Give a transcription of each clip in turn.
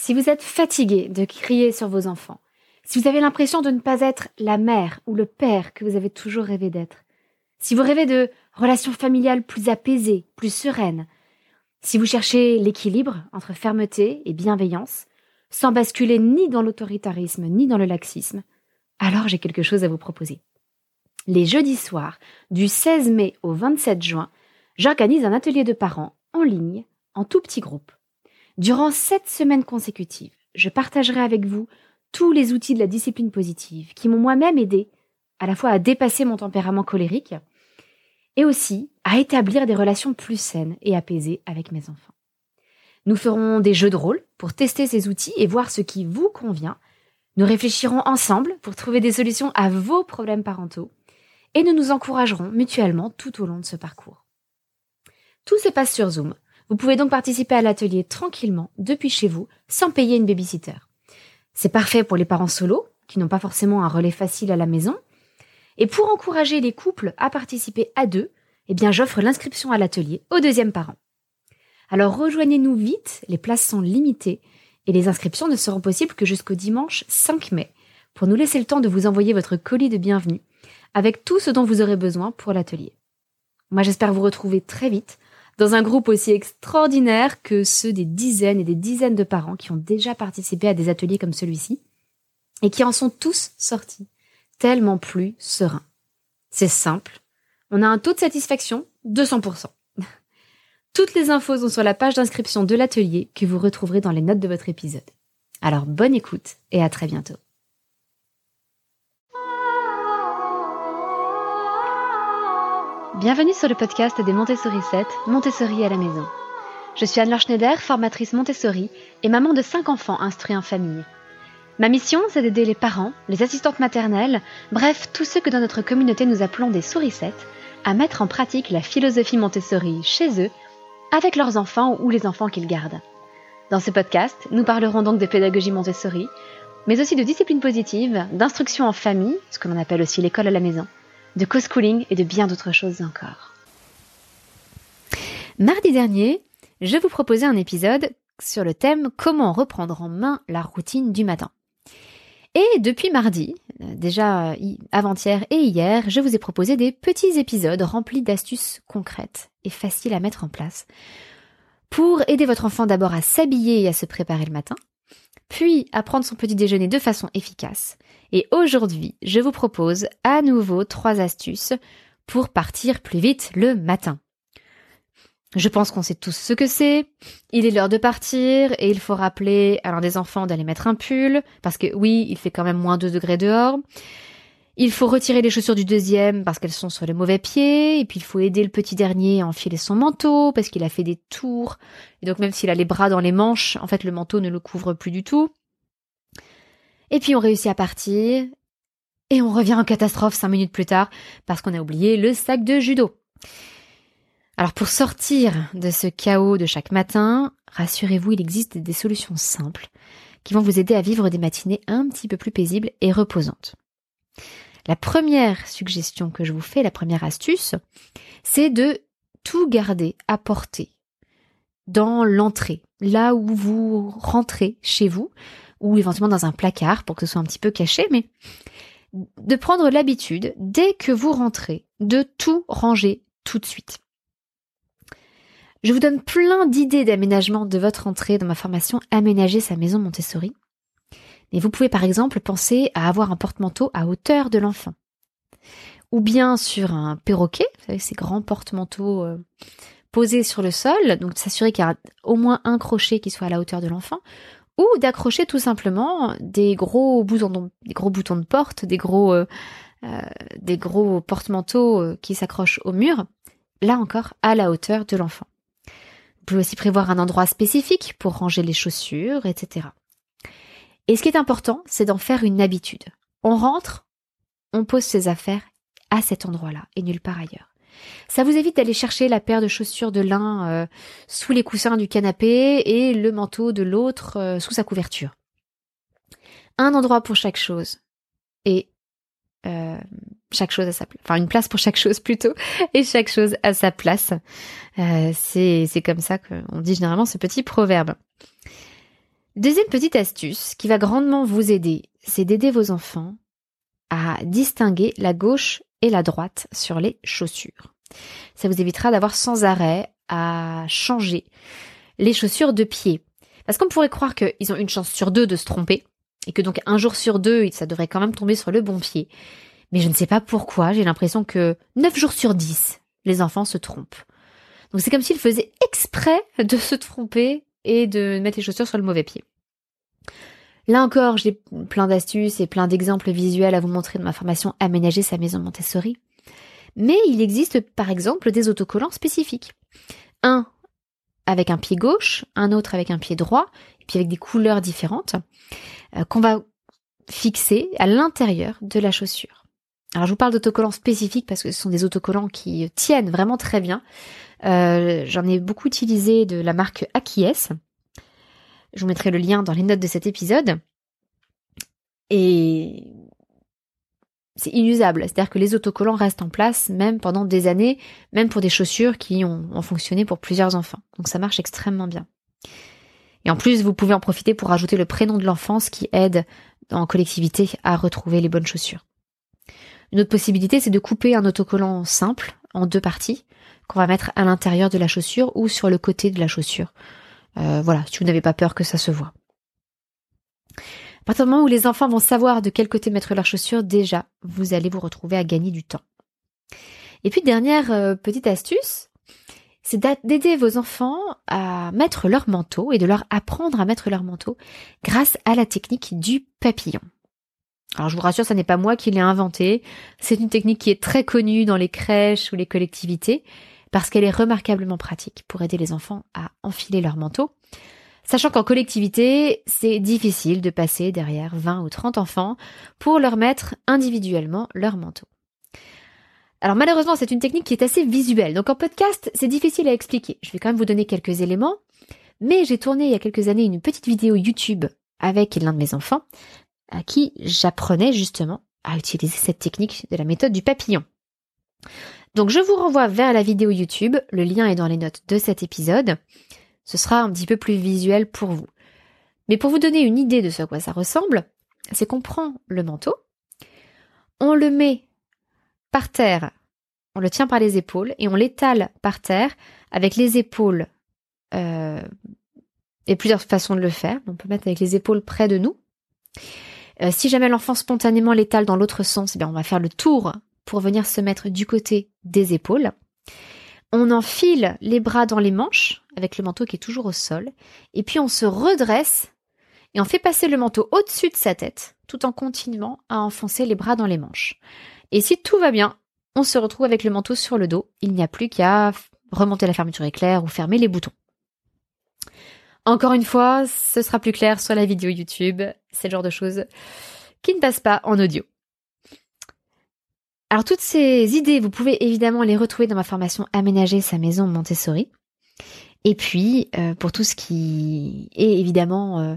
Si vous êtes fatigué de crier sur vos enfants, si vous avez l'impression de ne pas être la mère ou le père que vous avez toujours rêvé d'être, si vous rêvez de relations familiales plus apaisées, plus sereines, si vous cherchez l'équilibre entre fermeté et bienveillance, sans basculer ni dans l'autoritarisme ni dans le laxisme, alors j'ai quelque chose à vous proposer. Les jeudis soirs, du 16 mai au 27 juin, j'organise un atelier de parents en ligne, en tout petit groupe. Durant 7 semaines consécutives, je partagerai avec vous tous les outils de la discipline positive qui m'ont moi-même aidé à la fois à dépasser mon tempérament colérique et aussi à établir des relations plus saines et apaisées avec mes enfants. Nous ferons des jeux de rôle pour tester ces outils et voir ce qui vous convient. Nous réfléchirons ensemble pour trouver des solutions à vos problèmes parentaux et nous nous encouragerons mutuellement tout au long de ce parcours. Tout se passe sur Zoom. Vous pouvez donc participer à l'atelier tranquillement depuis chez vous sans payer une babysitter. C'est parfait pour les parents solos qui n'ont pas forcément un relais facile à la maison. Et pour encourager les couples à participer à deux, j'offre l'inscription à l'atelier au deuxième parent. Alors rejoignez-nous vite, les places sont limitées et les inscriptions ne seront possibles que jusqu'au dimanche 5 mai pour nous laisser le temps de vous envoyer votre colis de bienvenue avec tout ce dont vous aurez besoin pour l'atelier. Moi j'espère vous retrouver très vite dans un groupe aussi extraordinaire que ceux des dizaines et des dizaines de parents qui ont déjà participé à des ateliers comme celui-ci et qui en sont tous sortis tellement plus sereins. C'est simple, on a un taux de satisfaction de 100%. Toutes les infos sont sur la page d'inscription de l'atelier que vous retrouverez dans les notes de votre épisode. Alors bonne écoute et à très bientôt. Bienvenue sur le podcast des Montessori 7, Montessori à la maison. Je suis Anne-Laure Schneider, formatrice Montessori et maman de 5 enfants instruits en famille. Ma mission, c'est d'aider les parents, les assistantes maternelles, bref, tous ceux que dans notre communauté nous appelons des souricettes, à mettre en pratique la philosophie Montessori chez eux, avec leurs enfants ou les enfants qu'ils gardent. Dans ce podcast, nous parlerons donc de pédagogie Montessori, mais aussi de discipline positive, d'instruction en famille, ce que l'on appelle aussi l'école à la maison, de co-schooling et de bien d'autres choses encore. Mardi dernier, je vous proposais un épisode sur le thème « Comment reprendre en main la routine du matin ». Et depuis mardi, déjà avant-hier et hier, je vous ai proposé des petits épisodes remplis d'astuces concrètes et faciles à mettre en place pour aider votre enfant d'abord à s'habiller et à se préparer le matin, puis à prendre son petit déjeuner de façon efficace. Et aujourd'hui, je vous propose à nouveau 3 astuces pour partir plus vite le matin. Je pense qu'on sait tous ce que c'est. Il est l'heure de partir et il faut rappeler à l'un des enfants d'aller mettre un pull parce que oui, il fait quand même moins 2 degrés dehors. Il faut retirer les chaussures du deuxième parce qu'elles sont sur le mauvais pied et puis il faut aider le petit dernier à enfiler son manteau parce qu'il a fait des tours. Et donc même s'il a les bras dans les manches, en fait le manteau ne le couvre plus du tout. Et puis on réussit à partir et on revient en catastrophe 5 minutes plus tard parce qu'on a oublié le sac de judo. Alors pour sortir de ce chaos de chaque matin, rassurez-vous, il existe des solutions simples qui vont vous aider à vivre des matinées un petit peu plus paisibles et reposantes. La première suggestion que je vous fais, la première astuce, c'est de tout garder à portée dans l'entrée, là où vous rentrez chez vous, ou éventuellement dans un placard pour que ce soit un petit peu caché, mais de prendre l'habitude, dès que vous rentrez, de tout ranger tout de suite. Je vous donne plein d'idées d'aménagement de votre entrée dans ma formation Aménager sa maison Montessori. Mais vous pouvez par exemple penser à avoir un porte-manteau à hauteur de l'enfant. Ou bien sur un perroquet, vous savez, ces grands porte-manteaux posés sur le sol, donc s'assurer qu'il y a au moins un crochet qui soit à la hauteur de l'enfant, ou d'accrocher tout simplement des gros boutons de porte, des gros porte-manteaux qui s'accrochent au mur, là encore à la hauteur de l'enfant. Vous pouvez aussi prévoir un endroit spécifique pour ranger les chaussures, etc. Et ce qui est important, c'est d'en faire une habitude. On rentre, on pose ses affaires à cet endroit-là et nulle part ailleurs. Ça vous évite d'aller chercher la paire de chaussures de l'un sous les coussins du canapé et le manteau de l'autre sous sa couverture. Un endroit pour chaque chose et chaque chose à sa place. Enfin, une place pour chaque chose plutôt et chaque chose à sa place. C'est comme ça qu'on dit généralement ce petit proverbe. Deuxième petite astuce qui va grandement vous aider, c'est d'aider vos enfants à distinguer la gauche et la droite sur les chaussures. Ça vous évitera d'avoir sans arrêt à changer les chaussures de pied. Parce qu'on pourrait croire qu'ils ont une chance sur deux de se tromper, et que donc un jour sur deux, ça devrait quand même tomber sur le bon pied. Mais je ne sais pas pourquoi, j'ai l'impression que 9 jours sur 10, les enfants se trompent. Donc c'est comme s'ils faisaient exprès de se tromper et de mettre les chaussures sur le mauvais pied. Là encore, j'ai plein d'astuces et plein d'exemples visuels à vous montrer dans ma formation Aménager sa maison Montessori. Mais il existe par exemple des autocollants spécifiques. Un avec un pied gauche, un autre avec un pied droit, et puis avec des couleurs différentes, qu'on va fixer à l'intérieur de la chaussure. Alors je vous parle d'autocollants spécifiques parce que ce sont des autocollants qui tiennent vraiment très bien. J'en ai beaucoup utilisé de la marque Akies. Je vous mettrai le lien dans les notes de cet épisode. Et c'est inusable, c'est-à-dire que les autocollants restent en place même pendant des années, même pour des chaussures qui ont fonctionné pour plusieurs enfants. Donc ça marche extrêmement bien. Et en plus, vous pouvez en profiter pour rajouter le prénom de l'enfant, ce qui aide en collectivité à retrouver les bonnes chaussures. Une autre possibilité, c'est de couper un autocollant simple en 2 parties qu'on va mettre à l'intérieur de la chaussure ou sur le côté de la chaussure. Voilà, si vous n'avez pas peur que ça se voit. À partir du moment où les enfants vont savoir de quel côté mettre leurs chaussures, déjà, vous allez vous retrouver à gagner du temps. Et puis, dernière petite astuce, c'est d'aider vos enfants à mettre leur manteau et de leur apprendre à mettre leur manteau grâce à la technique du papillon. Alors je vous rassure, ça n'est pas moi qui l'ai inventé, c'est une technique qui est très connue dans les crèches ou les collectivités parce qu'elle est remarquablement pratique pour aider les enfants à enfiler leur manteau. Sachant qu'en collectivité, c'est difficile de passer derrière 20 ou 30 enfants pour leur mettre individuellement leur manteau. Alors malheureusement, c'est une technique qui est assez visuelle, donc en podcast, c'est difficile à expliquer. Je vais quand même vous donner quelques éléments, mais j'ai tourné il y a quelques années une petite vidéo YouTube avec l'un de mes enfants, à qui j'apprenais justement à utiliser cette technique de la méthode du papillon. Donc je vous renvoie vers la vidéo YouTube, le lien est dans les notes de cet épisode. Ce sera un petit peu plus visuel pour vous. Mais pour vous donner une idée de ce à quoi ça ressemble, c'est qu'on prend le manteau, on le met par terre, on le tient par les épaules et on l'étale par terre avec les épaules. Il y a plusieurs façons de le faire. On peut mettre avec les épaules près de nous. Si jamais l'enfant spontanément l'étale dans l'autre sens, on va faire le tour pour venir se mettre du côté des épaules. On enfile les bras dans les manches, avec le manteau qui est toujours au sol, et puis on se redresse et on fait passer le manteau au-dessus de sa tête, tout en continuant à enfoncer les bras dans les manches. Et si tout va bien, on se retrouve avec le manteau sur le dos, il n'y a plus qu'à remonter la fermeture éclair ou fermer les boutons. Encore une fois, ce sera plus clair sur la vidéo YouTube, c'est le genre de choses qui ne passent pas en audio. Alors toutes ces idées, vous pouvez évidemment les retrouver dans ma formation Aménager sa maison Montessori. Et puis, pour tout ce qui est évidemment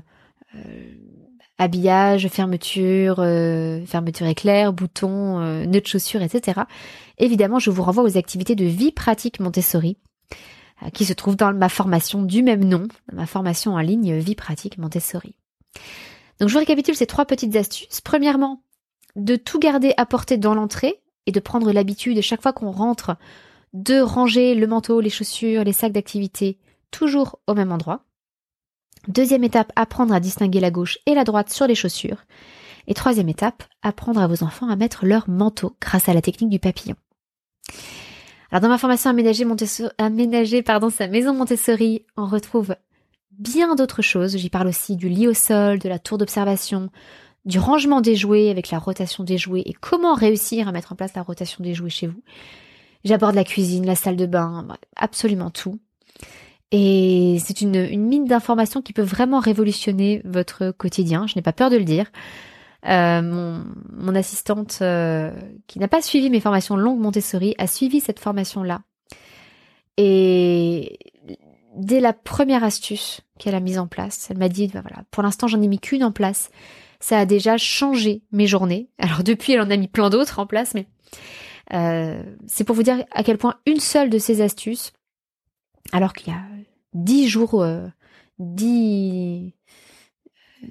habillage, fermeture éclair, boutons, nœuds de chaussures, etc. Évidemment, je vous renvoie aux activités de vie pratique Montessori qui se trouvent dans ma formation du même nom, ma formation en ligne Vie pratique Montessori. Donc je vous récapitule ces 3 petites astuces. Premièrement, de tout garder à portée dans l'entrée et de prendre l'habitude chaque fois qu'on rentre de ranger le manteau, les chaussures, les sacs d'activité toujours au même endroit. Deuxième étape, apprendre à distinguer la gauche et la droite sur les chaussures. Et troisième étape, apprendre à vos enfants à mettre leur manteau grâce à la technique du papillon. Alors dans ma formation Aménager sa maison Montessori, on retrouve bien d'autres choses. J'y parle aussi du lit au sol, de la tour d'observation, du rangement des jouets avec la rotation des jouets et comment réussir à mettre en place la rotation des jouets chez vous. J'aborde la cuisine, la salle de bain, absolument tout. Et c'est une mine d'informations qui peut vraiment révolutionner votre quotidien, je n'ai pas peur de le dire. Mon assistante qui n'a pas suivi mes formations longues Montessori a suivi cette formation-là. Et dès la première astuce qu'elle a mise en place, elle m'a dit, voilà, pour l'instant j'en ai mis qu'une en place. Ça a déjà changé mes journées. Alors depuis, elle en a mis plein d'autres en place, mais c'est pour vous dire à quel point une seule de ces astuces, alors qu'il y a 10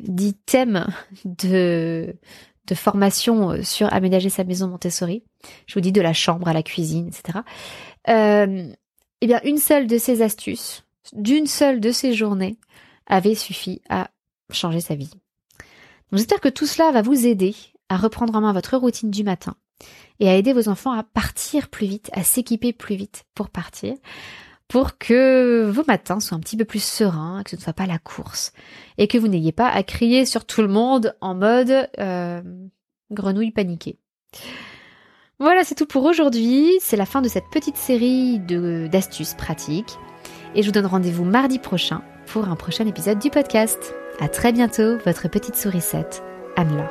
10 thèmes de formation sur aménager sa maison Montessori. Je vous dis de la chambre à la cuisine, etc. Eh bien, une seule de ces astuces, d'une seule de ces journées, avait suffi à changer sa vie. Donc, j'espère que tout cela va vous aider à reprendre en main votre routine du matin et à aider vos enfants à partir plus vite, à s'équiper plus vite pour partir, pour que vos matins soient un petit peu plus sereins, que ce ne soit pas la course, et que vous n'ayez pas à crier sur tout le monde en mode grenouille paniquée. Voilà, c'est tout pour aujourd'hui. C'est la fin de cette petite série d'astuces pratiques. Et je vous donne rendez-vous mardi prochain pour un prochain épisode du podcast. À très bientôt, votre petite sourisette, Anne-Laure.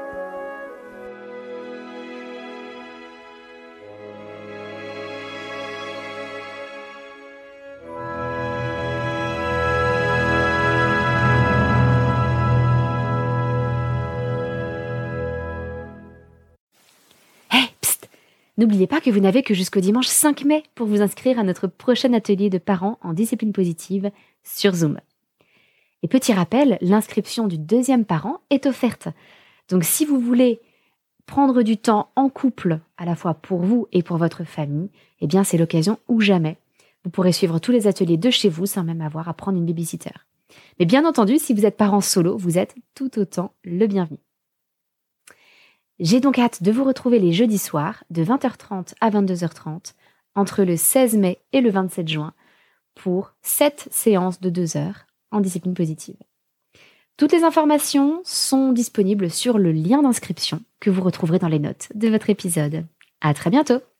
N'oubliez pas que vous n'avez que jusqu'au dimanche 5 mai pour vous inscrire à notre prochain atelier de parents en discipline positive sur Zoom. Et petit rappel, l'inscription du deuxième parent est offerte. Donc si vous voulez prendre du temps en couple, à la fois pour vous et pour votre famille, eh bien c'est l'occasion ou jamais. Vous pourrez suivre tous les ateliers de chez vous sans même avoir à prendre une babysitter. Mais bien entendu, si vous êtes parent solo, vous êtes tout autant le bienvenu. J'ai donc hâte de vous retrouver les jeudis soirs de 20h30 à 22h30 entre le 16 mai et le 27 juin pour 7 séances de 2 heures en discipline positive. Toutes les informations sont disponibles sur le lien d'inscription que vous retrouverez dans les notes de votre épisode. À très bientôt!